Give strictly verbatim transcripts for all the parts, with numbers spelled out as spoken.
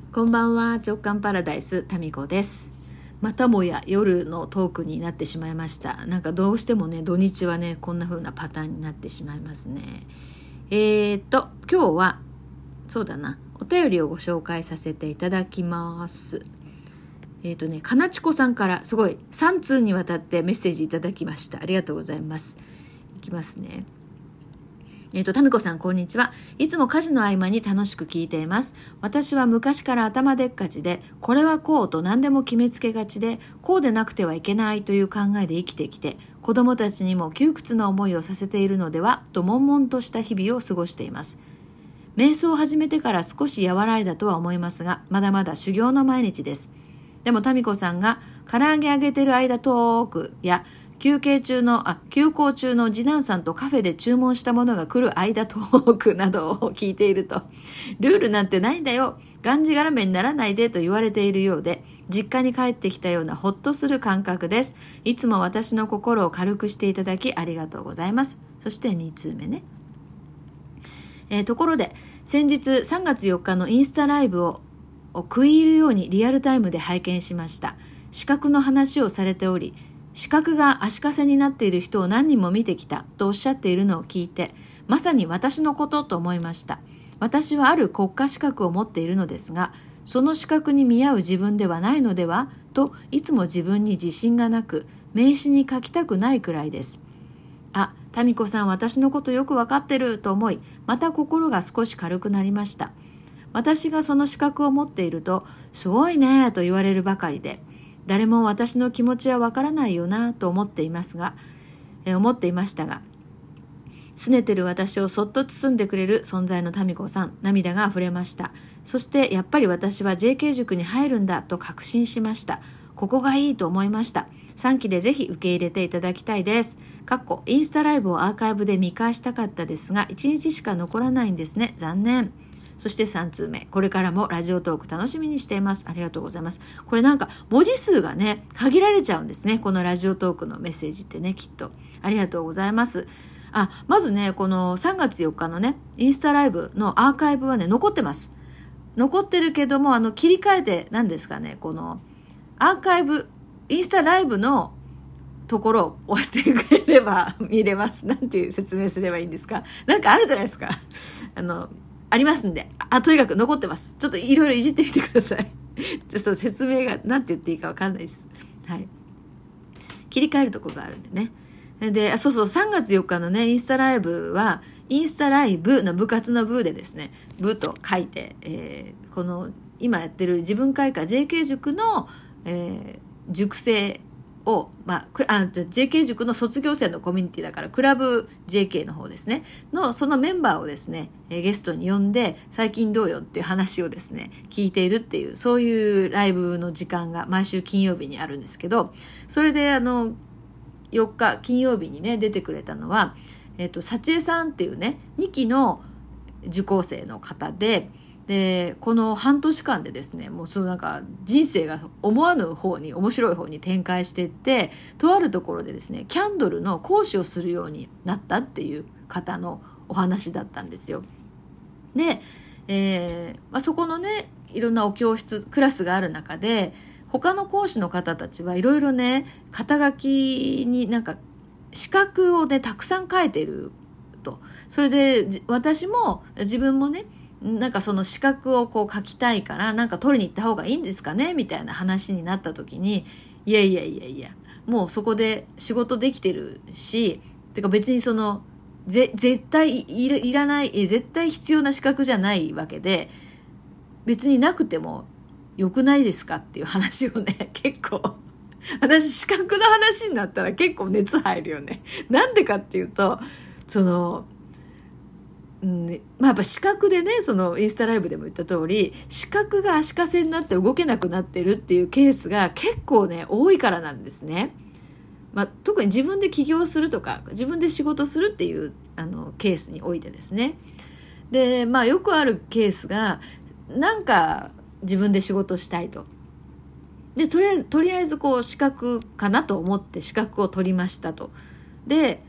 こんばんは、直感パラダイスタミコです。またもや夜のトークになってしまいました。なんかどうしてもね、土日はね、こんな風なパターンになってしまいますね。えーっと今日はそうだな、お便りをご紹介させていただきます。えーっとね、かなちこさんからすごいさん通にわたってメッセージいただきました。ありがとうございます。いきますね。えっと、タミコさん、こんにちは。いつも家事の合間に楽しく聞いています。私は昔から頭でっかちで、これはこうと何でも決めつけがちで、こうでなくてはいけないという考えで生きてきて、子供たちにも窮屈な思いをさせているのでは、と悶々とした日々を過ごしています。瞑想を始めてから少し和らいだとは思いますが、まだまだ修行の毎日です。でもタミコさんが、唐揚げ揚げてる間トークや、休憩中の、あ、休校中の次男さんとカフェで注文したものが来る間トークなどを聞いていると、ルールなんてないんだよ、がんじがらめにならないでと言われているようで、実家に帰ってきたようなほっとする感覚です。いつも私の心を軽くしていただきありがとうございます。そしてに通目ね。えー、ところで、先日さんがつよっかのインスタライブを食い入るようにリアルタイムで拝見しました。視覚の話をされており、視覚が足かせになっている人を何人も見てきたとおっしゃっているのを聞いて、まさに私のことと思いました。私はある国家資格を持っているのですが、その資格に見合う自分ではないのではといつも自分に自信がなく、名刺に書きたくないくらいです。あ、タミコさん私のことよくわかってると思い、また心が少し軽くなりました。私がその資格を持っていると、すごいねと言われるばかりで、誰も私の気持ちはわからないよなと思っていますが、え思っていましたが、拗ねてる私をそっと包んでくれる存在のタミコさん、涙が溢れました。そしてやっぱり私は ジェーケー 塾に入るんだと確信しました。ここがいいと思いました。さんきでぜひ受け入れていただきたいです。かっこインスタライブをアーカイブで見返したかったですが、いちにちしか残らないんですね。残念。そしてさん通目。これからもラジオトーク楽しみにしています。ありがとうございます。これなんか文字数がね、限られちゃうんですね。このラジオトークのメッセージってね、きっと。ありがとうございます。あ、まずね、このさんがつよっかのね、インスタライブのアーカイブはね、残ってます。残ってるけども、あの、切り替えて、何ですかね、この、アーカイブ、インスタライブのところを押してくれれば見れます。なんていう説明すればいいんですか？なんかあるじゃないですか。あの、ありますんで。あ、とにかく残ってます。ちょっといろいろいじってみてください。ちょっと説明がなんて言っていいかわかんないです。はい。切り替えるとこがあるんでね。で、あ、そうそう、さんがつよっかのね、インスタライブは、インスタライブの部活の部でですね、部と書いて、えー、この、今やってる自分会館 ジェーケー 塾の、えー、塾生を、まあ、あ、ジェーケー 塾の卒業生のコミュニティだから、クラブ ジェーケー の方ですね。の、そのメンバーをですね、ゲストに呼んで、最近どうよっていう話をですね、聞いているっていう、そういうライブの時間が毎週金曜日にあるんですけど、それであの、よっか金曜日にね、出てくれたのは、えっと、幸恵さんっていうね、にきの受講生の方で、で、この半年間でですね、もうそのなんか人生が思わぬ方に、面白い方に展開していって、とあるところでですね、キャンドルの講師をするようになったっていう方のお話だったんですよ。で、えーまあ、そこのね、いろんなお教室、クラスがある中で、他の講師の方たちはいろいろね、肩書きになんか資格をね、たくさん書いてると。それで私も自分もね、なんかその資格をこう書きたいからなんか取りに行った方がいいんですかねみたいな話になった時に、いやいやいやいや、もうそこで仕事できてるし、てか別にそのぜ絶対いら、いらない、絶対必要な資格じゃないわけで、別になくても良くないですかっていう話をね、結構私資格の話になったら結構熱入るよね。なんでかっていうと、その、うんまあ、やっぱ資格でね、そのインスタライブでも言った通り、資格が足かせになって動けなくなってるっていうケースが結構ね、多いからなんですね。まあ、特に自分で起業するとか、自分で仕事するっていうあのケースにおいてですね。で、まあよくあるケースが、なんか自分で仕事したいと。で、とりあえず、とりあえずこう資格かなと思って資格を取りましたと。で、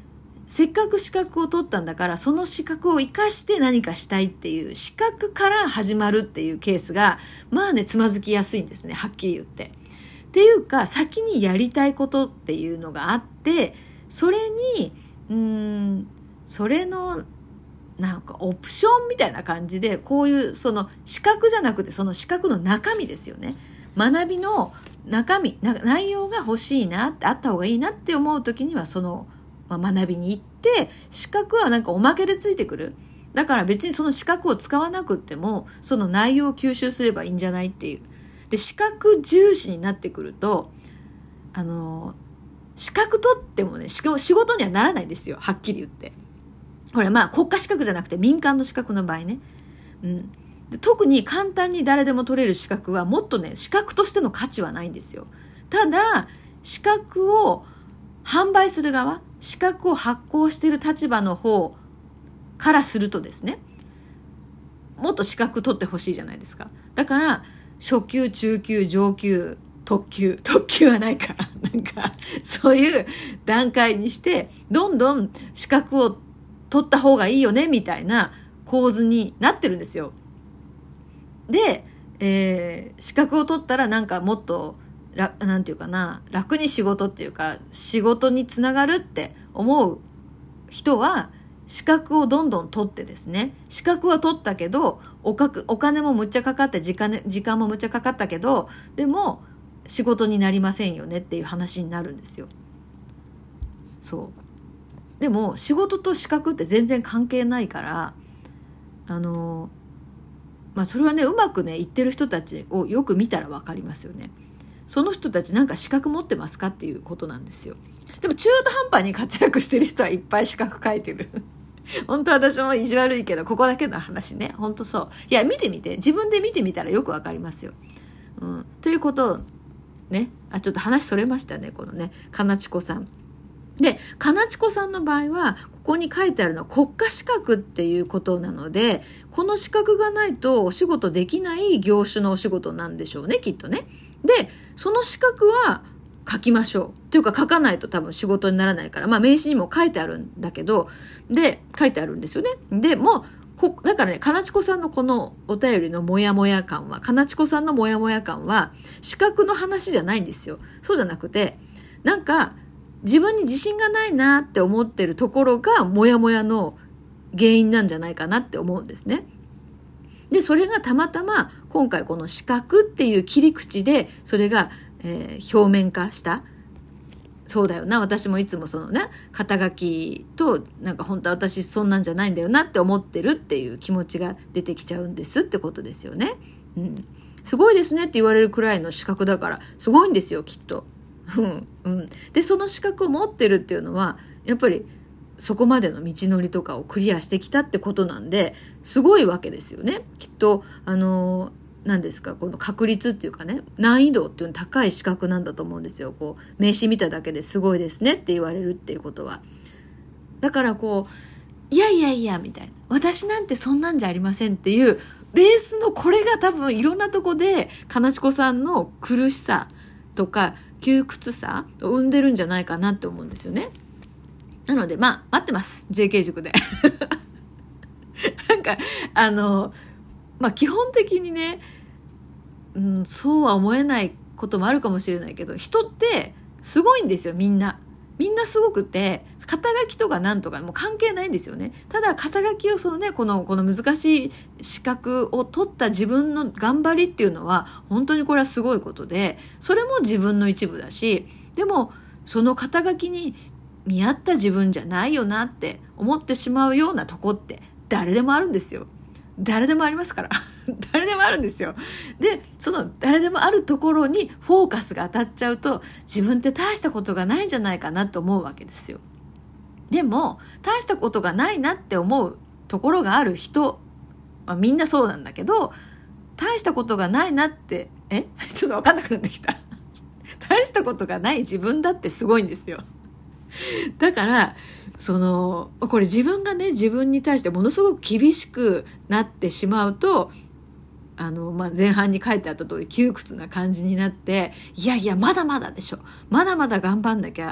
せっかく資格を取ったんだから、その資格を生かして何かしたいっていう資格から始まるっていうケースが、まあね、つまずきやすいんですね、はっきり言って。っていうか、先にやりたいことっていうのがあって、それに、うーん、それの、なんかオプションみたいな感じで、こういうその資格じゃなくてその資格の中身ですよね。学びの中身、内容が欲しいなって、あった方がいいなって思うときにはその、まあ、学びに行って、資格はなんかおまけでついてくる。だから別にその資格を使わなくっても、その内容を吸収すればいいんじゃないっていう。で、資格重視になってくると、あの、資格取ってもね、仕事にはならないんですよ。はっきり言って。これまあ国家資格じゃなくて民間の資格の場合ね。うん。で、特に簡単に誰でも取れる資格はもっとね、資格としての価値はないんですよ。ただ、資格を販売する側、資格を発行している立場の方からするとですね、もっと資格取ってほしいじゃないですか。だから、初級、中級、上級、特級、特級はないか。なんか、そういう段階にして、どんどん資格を取った方がいいよねみたいな構図になってるんですよ。で、えー、資格を取ったらなんかもっとなんていうかな、楽に仕事っていうか仕事につながるって思う人は資格をどんどん取ってですね、資格は取ったけど お, かお金もむっちゃかかって時間、時間もむっちゃかかったけど、でも仕事になりませんよねっていう話になるんですよ。そうでも仕事と資格って全然関係ないから、あのまあそれはね、うまくね言ってる人たちをよく見たら分かりますよね。その人たちなんか資格持ってますかっていうことなんですよ。でも中途半端に活躍してる人はいっぱい資格書いてる。本当私も意地悪いけど、ここだけの話ね、本当そう。いや見てみて、自分で見てみたらよく分かりますよ。うん、ということをね、あちょっと話それましたね、このね、かなちこさん。で、かなちこさんの場合は、ここに書いてあるのは国家資格っていうことなので、この資格がないとお仕事できない業種のお仕事なんでしょうね、きっとね。で、その資格は書きましょう。っていうか書かないと多分仕事にならないから、まあ名刺にも書いてあるんだけど、で、書いてあるんですよね。で、もう、こだからね、かなちこさんのこのお便りのモヤモヤ感は、かなちこさんのモヤモヤ感は、資格の話じゃないんですよ。そうじゃなくて、なんか、自分に自信がないなって思ってるところがモヤモヤの原因なんじゃないかなって思うんですね。で、それがたまたま今回この資格っていう切り口でそれが、えー、表面化した。そうだよな、私もいつもそのね、肩書きとなんか本当は私そんなんじゃないんだよなって思ってるっていう気持ちが出てきちゃうんですってことですよね。うん。すごいですねって言われるくらいの資格だからすごいんですよ、きっと。うんうん、でその資格を持ってるっていうのはやっぱりそこまでの道のりとかをクリアしてきたってことなんですごいわけですよね。きっとあの何ですか、この確率っていうかね、難易度っていうの高い資格なんだと思うんですよ。こう名刺見ただけですごいですねって言われるっていうことは。だからこういやいやいやみたいな、私なんてそんなんじゃありませんっていうベースのこれが多分いろんなとこでかなちこさんの苦しさとか窮屈さを生んでるんじゃないかなって思うんですよね。なのでまあ待ってます、 ジェーケー 塾でなんかあのまあ基本的にね、うん、そうは思えないこともあるかもしれないけど、人ってすごいんですよ。みんなみんなすごくて、肩書きとかなんとかもう関係ないんですよね。ただ肩書きをそのね、このこの難しい資格を取った自分の頑張りっていうのは本当にこれはすごいことで、それも自分の一部だし、でもその肩書きに見合った自分じゃないよなって思ってしまうようなとこって誰でもあるんですよ。誰でもありますから誰でもあるんですよ。で、その誰でもあるところにフォーカスが当たっちゃうと、自分って大したことがないんじゃないかなと思うわけですよ。でも大したことがないなって思うところがある人、まあ、みんなそうなんだけど、大したことがないなってえちょっと分かんなくなってきた大したことがない自分だってすごいんですよ。だからそのこれ自分がね、自分に対してものすごく厳しくなってしまうと、あの、まあ、前半に書いてあった通り窮屈な感じになって、いやいやまだまだでしょ、まだまだ頑張んなきゃ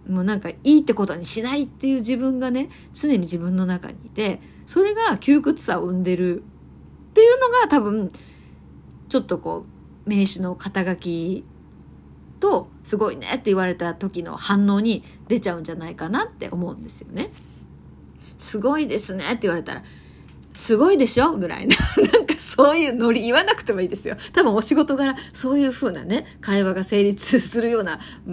もうなんかいいってことにしないっていう自分がね、常に自分の中にいて、それが窮屈さを生んでるっていうのが多分、ちょっとこう、名刺の肩書きと、すごいねって言われた時の反応に出ちゃうんじゃないかなって思うんですよね。すごいですねって言われたら、すごいでしょぐらいな。なんかそういうノリ言わなくてもいいですよ。多分お仕事柄そういう風なね、会話が成立するような、うん、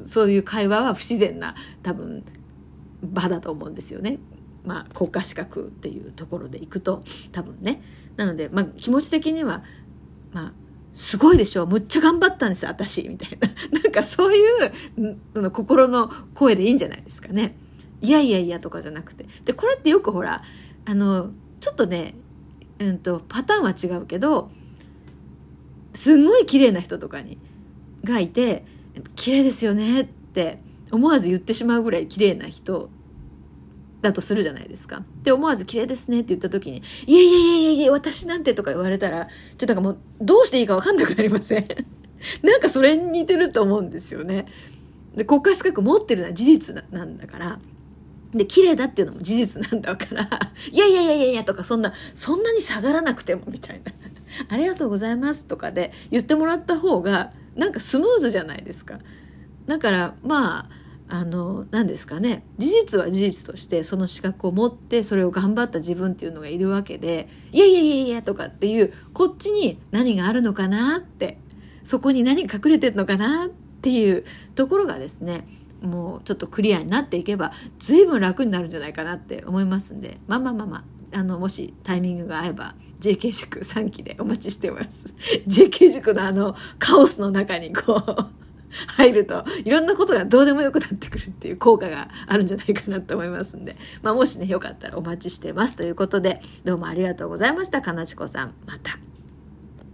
そういう会話は不自然な多分場だと思うんですよね。まあ国家資格っていうところでいくと多分ね。なので、まあ気持ち的には、まあ、すごいでしょむっちゃ頑張ったんです私みたいな。なんかそういう心の声でいいんじゃないですかね。いやいやいやとかじゃなくて。で、これってよくほら、あの、ちょっとね、うんと、パターンは違うけど、すんごい綺麗な人とかに、がいて、綺麗ですよねって思わず言ってしまうぐらい綺麗な人だとするじゃないですか。で、思わず綺麗ですねって言った時に、いやいやいやいやいや、私なんてとか言われたら、ちょっとなんかもう、どうしていいか分かんなくなりませんなんかそれに似てると思うんですよね。で、国家資格持ってるのは事実なんだから、で、綺麗だっていうのも事実なんだから、いやいやいやいやいやとか、そんな、そんなに下がらなくてもみたいな。ありがとうございますとかで言ってもらった方が、なんかスムーズじゃないですか。だから、まあ、あの、何ですかね。事実は事実として、その資格を持って、それを頑張った自分っていうのがいるわけで、いやいやいやいやとかっていう、こっちに何があるのかなって、そこに何が隠れてるのかなっていうところがですね、もうちょっとクリアになっていけば随分楽になるんじゃないかなって思いますんで、まあまあまあまあ、あのもしタイミングが合えば ジェーケー 塾さんきでお待ちしてます。ジェーケー 塾のあのカオスの中にこう入るといろんなことがどうでもよくなってくるっていう効果があるんじゃないかなと思いますんで、まあもしねよかったらお待ちしてますということで、どうもありがとうございました。かなちこさん、また。